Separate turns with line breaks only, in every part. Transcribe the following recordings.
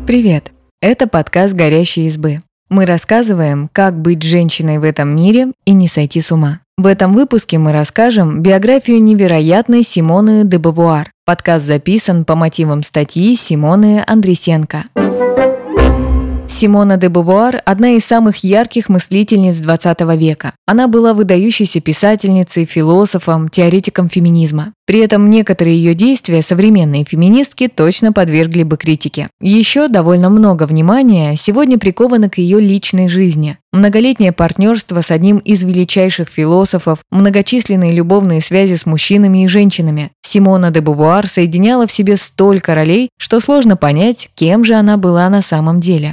Привет! Это подкаст «Горящие избы». Мы рассказываем, как быть женщиной в этом мире и не сойти с ума. В этом выпуске мы расскажем биографию невероятной Симоны де Бовуар. Подкаст записан по мотивам статьи Симоны Андресенко. Симона де Бовуар – одна из самых ярких мыслительниц XX века. Она была выдающейся писательницей, философом, теоретиком феминизма. При этом некоторые ее действия современные феминистки точно подвергли бы критике. Еще довольно много внимания сегодня приковано к ее личной жизни. Многолетнее партнерство с одним из величайших философов, многочисленные любовные связи с мужчинами и женщинами. Симона де Бовуар соединяла в себе столько ролей, что сложно понять, кем же она была на самом деле.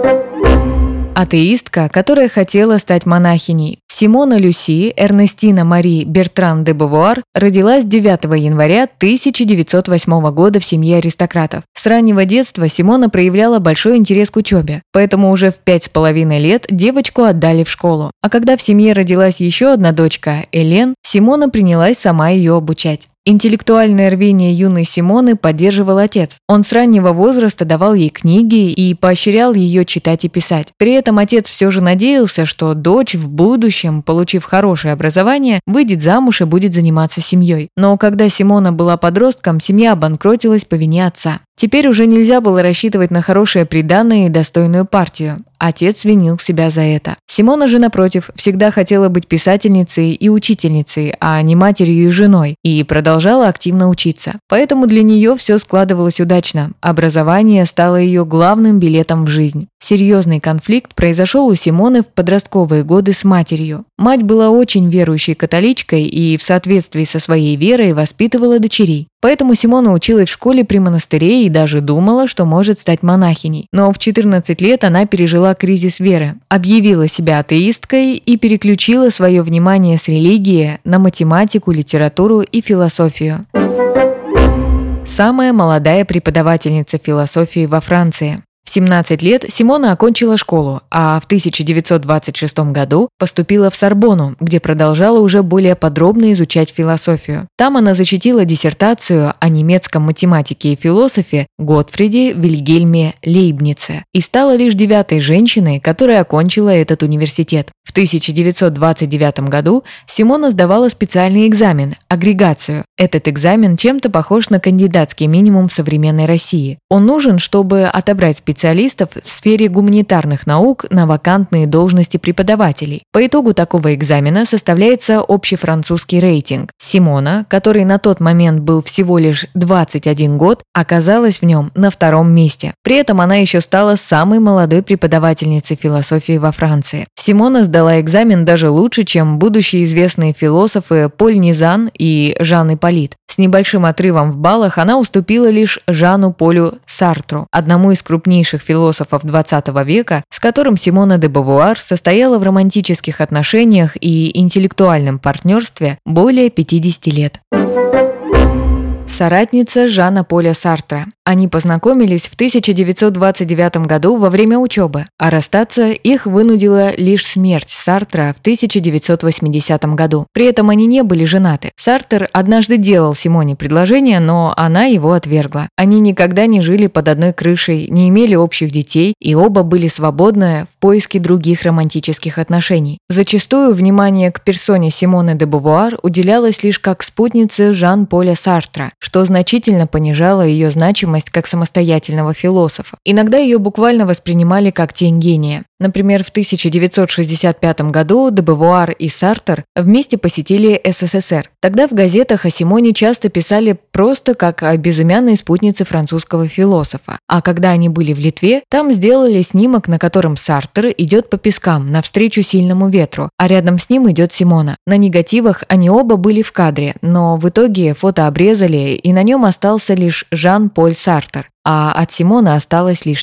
Атеистка, которая хотела стать монахиней. Симона Люси Эрнестина Мари Бертран де Бовуар родилась 9 января 1908 года в семье аристократов. С раннего детства Симона проявляла большой интерес к учебе, поэтому уже в 5,5 лет девочку отдали в школу. А когда в семье родилась еще одна дочка, Элен, Симона принялась сама ее обучать. Интеллектуальное рвение юной Симоны поддерживал отец. Он с раннего возраста давал ей книги и поощрял ее читать и писать. При этом отец все же надеялся, что дочь в будущем, получив хорошее образование, выйдет замуж и будет заниматься семьей. Но когда Симона была подростком, семья обанкротилась по вине отца. Теперь уже нельзя было рассчитывать на хорошее приданое и достойную партию. Отец винил себя за это. Симона же, напротив, всегда хотела быть писательницей и учительницей, а не матерью и женой, и продолжала активно учиться. Поэтому для нее все складывалось удачно. Образование стало ее главным билетом в жизнь. Серьезный конфликт произошел у Симоны в подростковые годы с матерью. Мать была очень верующей католичкой и в соответствии со своей верой воспитывала дочерей. Поэтому Симона училась в школе при монастыре и даже думала, что может стать монахиней. Но в 14 лет она пережила кризис веры, объявила себя атеисткой и переключила свое внимание с религии на математику, литературу и философию. Самая молодая преподавательница философии во Франции. В 17 лет Симона окончила школу, а в 1926 году поступила в Сорбонну, где продолжала уже более подробно изучать философию. Там она защитила диссертацию о немецком математике и философе Готфриде Вильгельме Лейбнице и стала лишь 9-й женщиной, которая окончила этот университет. В 1929 году Симона сдавала специальный экзамен – агрегацию. Этот экзамен чем-то похож на кандидатский минимум в современной России. Он нужен, чтобы отобрать специалистов в сфере гуманитарных наук на вакантные должности преподавателей. По итогу такого экзамена составляется общефранцузский рейтинг. Симона, который на тот момент был всего лишь 21 год, оказалась в нем на 2-м месте. При этом она еще стала самой молодой преподавательницей философии во Франции. Симона сдала экзамен даже лучше, чем будущие известные философы Поль Низан и Жан Ипполит. С небольшим отрывом в баллах она уступила лишь Жану Полю Сартру, одному из крупнейших философов XX века, с которым Симона де Бовуар состояла в романтических отношениях и интеллектуальном партнерстве более 50 лет. Соратница Жана Поля Сартра. Они познакомились в 1929 году во время учебы, а расстаться их вынудила лишь смерть Сартра в 1980 году. При этом они не были женаты. Сартр однажды делал Симоне предложение, но она его отвергла. Они никогда не жили под одной крышей, не имели общих детей, и оба были свободны в поиске других романтических отношений. Зачастую внимание к персоне Симоны де Бовуар уделялось лишь как спутнице Жан-Поля Сартра, что значительно понижало ее значимость как самостоятельного философа. Иногда ее буквально воспринимали как тень гения. Например, в 1965 году де Бовуар и Сартр вместе посетили СССР. Тогда в газетах о Симоне часто писали просто как о безымянной спутнице французского философа. А когда они были в Литве, там сделали снимок, на котором Сартр идет по пескам навстречу сильному ветру, а рядом с ним идет Симона. На негативах они оба были в кадре, но в итоге фото обрезали, и на нем остался лишь Жан-Поль Сартр, а от Симоны осталась лишь тень.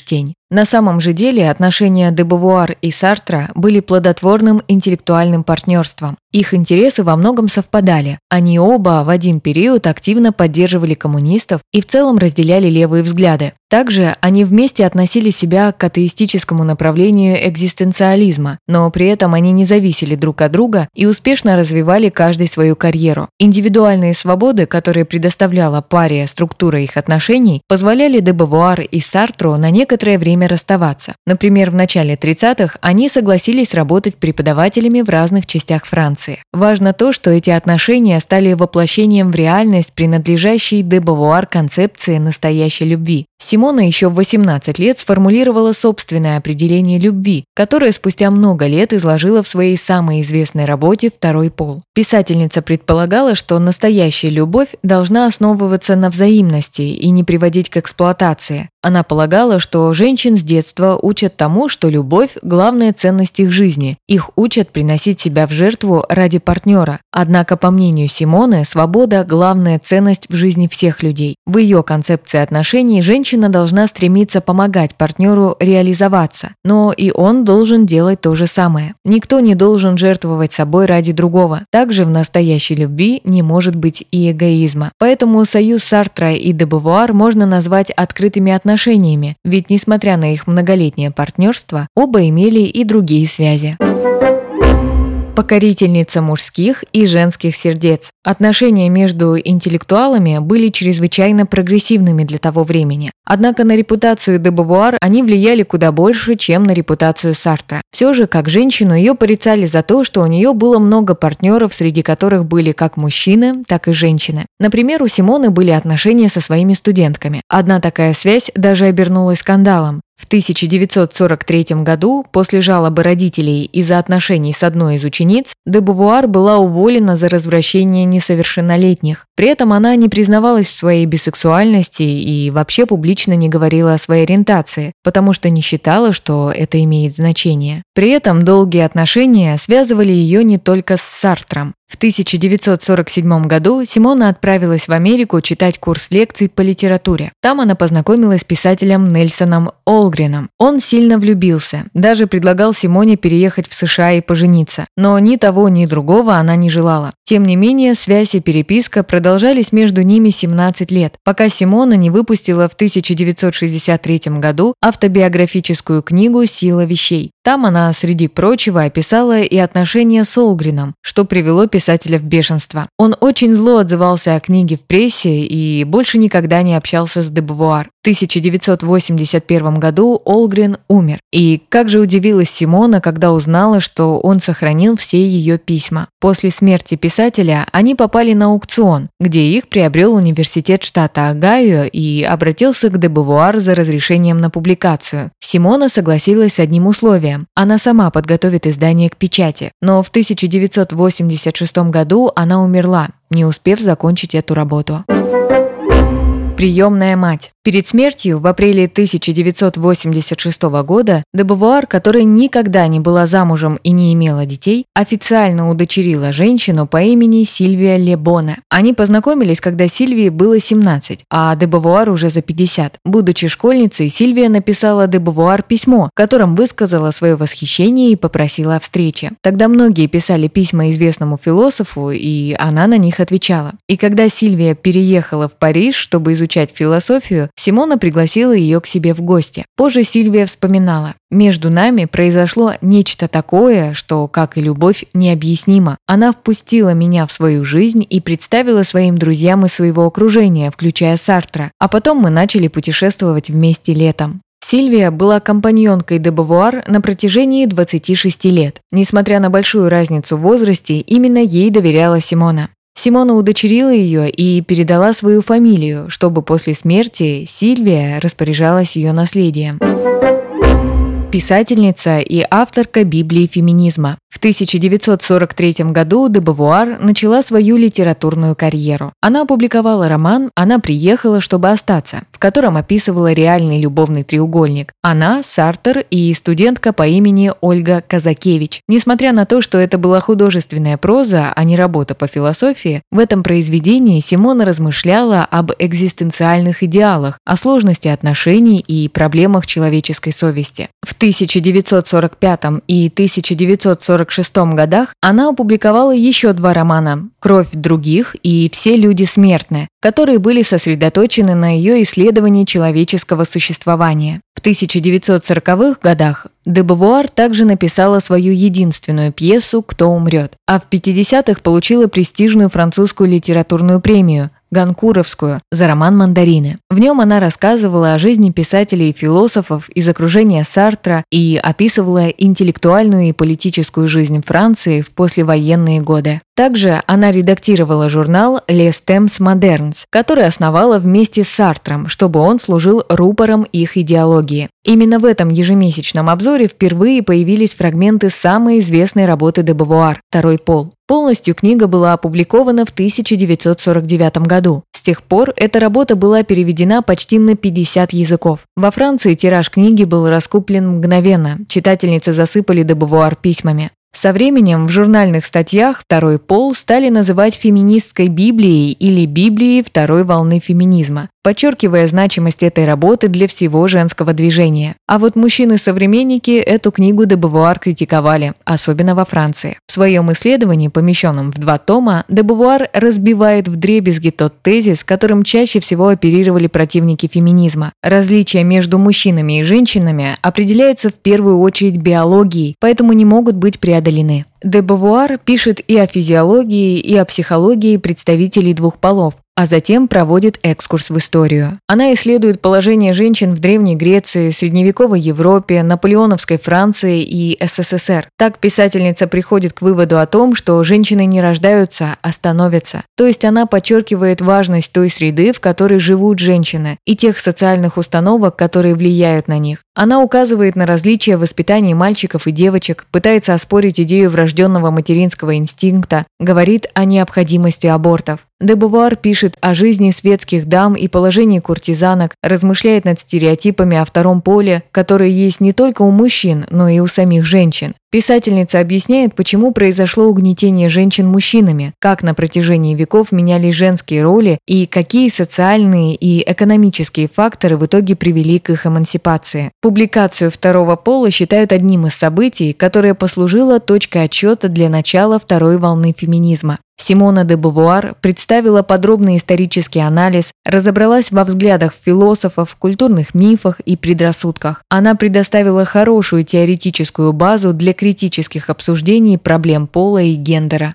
На самом деле отношения де Бовуар и Сартра были плодотворным интеллектуальным партнерством. Их интересы во многом совпадали. Они оба в один период активно поддерживали коммунистов и в целом разделяли левые взгляды. Также они вместе относили себя к атеистическому направлению экзистенциализма, но при этом они не зависели друг от друга и успешно развивали каждый свою карьеру. Индивидуальные свободы, которые предоставляла паре структура их отношений, позволяли де Бовуар и Сартру на некоторое время расставаться. Например, в начале 30-х они согласились работать преподавателями в разных частях Франции. Важно то, что эти отношения стали воплощением в реальность принадлежащей де Бовуар концепции настоящей любви. Симона еще в 18 лет сформулировала собственное определение любви, которое спустя много лет изложила в своей самой известной работе «Второй пол». Писательница предполагала, что настоящая любовь должна основываться на взаимности и не приводить к эксплуатации. Она полагала, что женщин с детства учат тому, что любовь – главная ценность их жизни. Их учат приносить себя в жертву ради партнера. Однако, по мнению Симоны, свобода – главная ценность в жизни всех людей. В ее концепции отношений женщина должна стремиться помогать партнеру реализоваться, но и он должен делать то же самое. Никто не должен жертвовать собой ради другого. Также в настоящей любви не может быть и эгоизма. Поэтому союз Сартра и де Бовуар можно назвать открытыми отношениями, ведь несмотря на их многолетнее партнерство, оба имели и другие связи. Покорительница мужских и женских сердец. Отношения между интеллектуалами были чрезвычайно прогрессивными для того времени. Однако на репутацию де Бовуар они влияли куда больше, чем на репутацию Сартра. Все же, как женщину, ее порицали за то, что у нее было много партнеров, среди которых были как мужчины, так и женщины. Например, у Симоны были отношения со своими студентками. Одна такая связь даже обернулась скандалом. В 1943 году, после жалобы родителей из-за отношений с одной из учениц, де Бовуар была уволена за развращение несовершеннолетних. При этом она не признавалась в своей бисексуальности и вообще публично не говорила о своей ориентации, потому что не считала, что это имеет значение. При этом долгие отношения связывали ее не только с Сартром. В 1947 году Симона отправилась в Америку читать курс лекций по литературе. Там она познакомилась с писателем Нельсоном Олгреном. Он сильно влюбился, даже предлагал Симоне переехать в США и пожениться. Но ни того, ни другого она не желала. Тем не менее, связь и переписка продолжались между ними 17 лет, пока Симона не выпустила в 1963 году автобиографическую книгу «Сила вещей». Там она, среди прочего, описала и отношения с Олгреном, что привело писателя в бешенство. Он очень зло отзывался о книге в прессе и больше никогда не общался с де Бовуар. В 1981 году Олгрен умер. И как же удивилась Симона, когда узнала, что он сохранил все ее письма. После смерти писателя они попали на аукцион, где их приобрел университет штата Огайо и обратился к де Бовуар за разрешением на публикацию. Симона согласилась с одним условием – она сама подготовит издание к печати. Но в 1986 году она умерла, не успев закончить эту работу. Приемная мать. Перед смертью в апреле 1986 года де Бовуар, которая никогда не была замужем и не имела детей, официально удочерила женщину по имени Сильвия Ле Боне. Они познакомились, когда Сильвии было 17, а де Бовуар уже за 50. Будучи школьницей, Сильвия написала де Бовуар письмо, в котором высказала свое восхищение и попросила о встрече. Тогда многие писали письма известному философу, и она на них отвечала. И когда Сильвия переехала в Париж, чтобы изучать философию, Симона пригласила ее к себе в гости. Позже Сильвия вспоминала: «Между нами произошло нечто такое, что, как и любовь, необъяснимо. Она впустила меня в свою жизнь и представила своим друзьям из своего окружения, включая Сартра. А потом мы начали путешествовать вместе летом». Сильвия была компаньонкой де Бовуар на протяжении 26 лет. Несмотря на большую разницу в возрасте, именно ей доверяла Симона. Симона удочерила ее и передала свою фамилию, чтобы после смерти Сильвия распоряжалась ее наследием. Писательница и авторка Библии феминизма. В 1943 году де Бовуар начала свою литературную карьеру. Она опубликовала роман «Она приехала, чтобы остаться», в котором описывала реальный любовный треугольник. Она, Сартр и студентка по имени Ольга Казакевич. Несмотря на то, что это была художественная проза, а не работа по философии, в этом произведении Симона размышляла об экзистенциальных идеалах, о сложности отношений и проблемах человеческой совести. В 1945 и 1946 годах она опубликовала еще 2 романа «Кровь других» и «Все люди смертны», которые были сосредоточены на ее исследовании человеческого существования. В 1940-х годах де Бовуар также написала свою единственную пьесу «Кто умрет», а в 50-х получила престижную французскую литературную премию Гонкуровскую за роман «Мандарины». В нем она рассказывала о жизни писателей и философов из окружения Сартра и описывала интеллектуальную и политическую жизнь Франции в послевоенные годы. Также она редактировала журнал «Les Temps Modernes», который основала вместе с Сартром, чтобы он служил рупором их идеологии. Именно в этом ежемесячном обзоре впервые появились фрагменты самой известной работы де Бовуар «Второй пол». Полностью книга была опубликована в 1949 году. С тех пор эта работа была переведена почти на 50 языков. Во Франции тираж книги был раскуплен мгновенно, читательницы засыпали де Бовуар письмами. Со временем в журнальных статьях «Второй пол» стали называть феминистской Библией или Библией второй волны феминизма, подчеркивая значимость этой работы для всего женского движения. А вот мужчины-современники эту книгу де Бовуар критиковали, особенно во Франции. В своем исследовании, помещенном в 2 тома, де Бовуар разбивает вдребезги тот тезис, которым чаще всего оперировали противники феминизма. Различия между мужчинами и женщинами определяются в первую очередь биологией, поэтому не могут быть преодолены. Де Бовуар пишет и о физиологии, и о психологии представителей 2 полов, а затем проводит экскурс в историю. Она исследует положение женщин в Древней Греции, Средневековой Европе, Наполеоновской Франции и СССР. Так писательница приходит к выводу о том, что женщины не рождаются, а становятся. То есть она подчеркивает важность той среды, в которой живут женщины, и тех социальных установок, которые влияют на них. Она указывает на различия в воспитании мальчиков и девочек, пытается оспорить идею врожденного материнского инстинкта, говорит о необходимости абортов. Де Бовуар пишет о жизни светских дам и положении куртизанок, размышляет над стереотипами о втором поле, которые есть не только у мужчин, но и у самих женщин. Писательница объясняет, почему произошло угнетение женщин мужчинами, как на протяжении веков менялись женские роли и какие социальные и экономические факторы в итоге привели к их эмансипации. Публикацию «Второго пола» считают одним из событий, которое послужило точкой отсчета для начала второй волны феминизма. Симона де Бовуар представила подробный исторический анализ, разобралась во взглядах философов, культурных мифах и предрассудках. Она предоставила хорошую теоретическую базу для критических обсуждений проблем пола и гендера.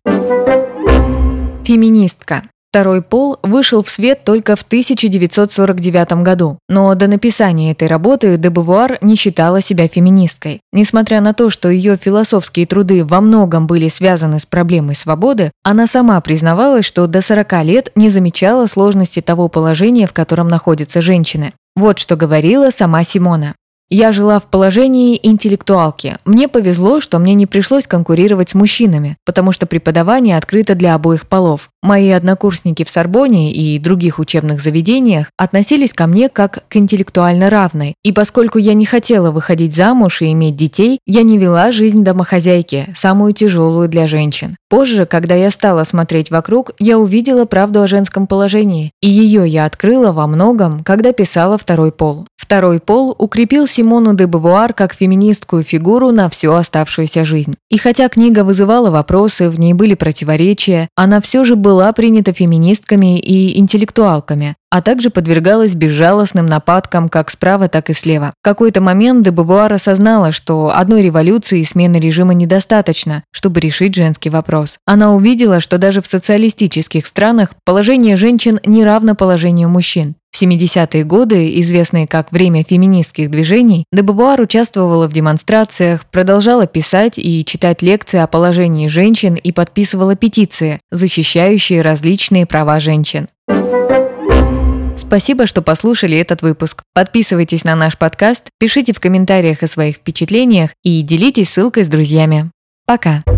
Феминистка. «Второй пол» вышел в свет только в 1949 году, но до написания этой работы де Бовуар не считала себя феминисткой. Несмотря на то, что ее философские труды во многом были связаны с проблемой свободы, она сама признавалась, что до 40 лет не замечала сложности того положения, в котором находятся женщины. Вот что говорила сама Симона. «Я жила в положении интеллектуалки. Мне повезло, что мне не пришлось конкурировать с мужчинами, потому что преподавание открыто для обоих полов. Мои однокурсники в Сорбонне и других учебных заведениях относились ко мне как к интеллектуально равной, и поскольку я не хотела выходить замуж и иметь детей, я не вела жизнь домохозяйки, самую тяжелую для женщин. Позже, когда я стала смотреть вокруг, я увидела правду о женском положении, и ее я открыла во многом, когда писала «Второй пол». «Второй пол» укрепил Симону де Бовуар как феминистскую фигуру на всю оставшуюся жизнь. И хотя книга вызывала вопросы, в ней были противоречия, она все же была принята феминистками и интеллектуалками, а также подвергалась безжалостным нападкам как справа, так и слева. В какой-то момент де Бовуар осознала, что одной революции и смены режима недостаточно, чтобы решить женский вопрос. Она увидела, что даже в социалистических странах положение женщин не равно положению мужчин. В 70-е годы, известные как время феминистских движений, де Бовуар участвовала в демонстрациях, продолжала писать и читать лекции о положении женщин и подписывала петиции, защищающие различные права женщин. Спасибо, что послушали этот выпуск. Подписывайтесь на наш подкаст, пишите в комментариях о своих впечатлениях и делитесь ссылкой с друзьями. Пока!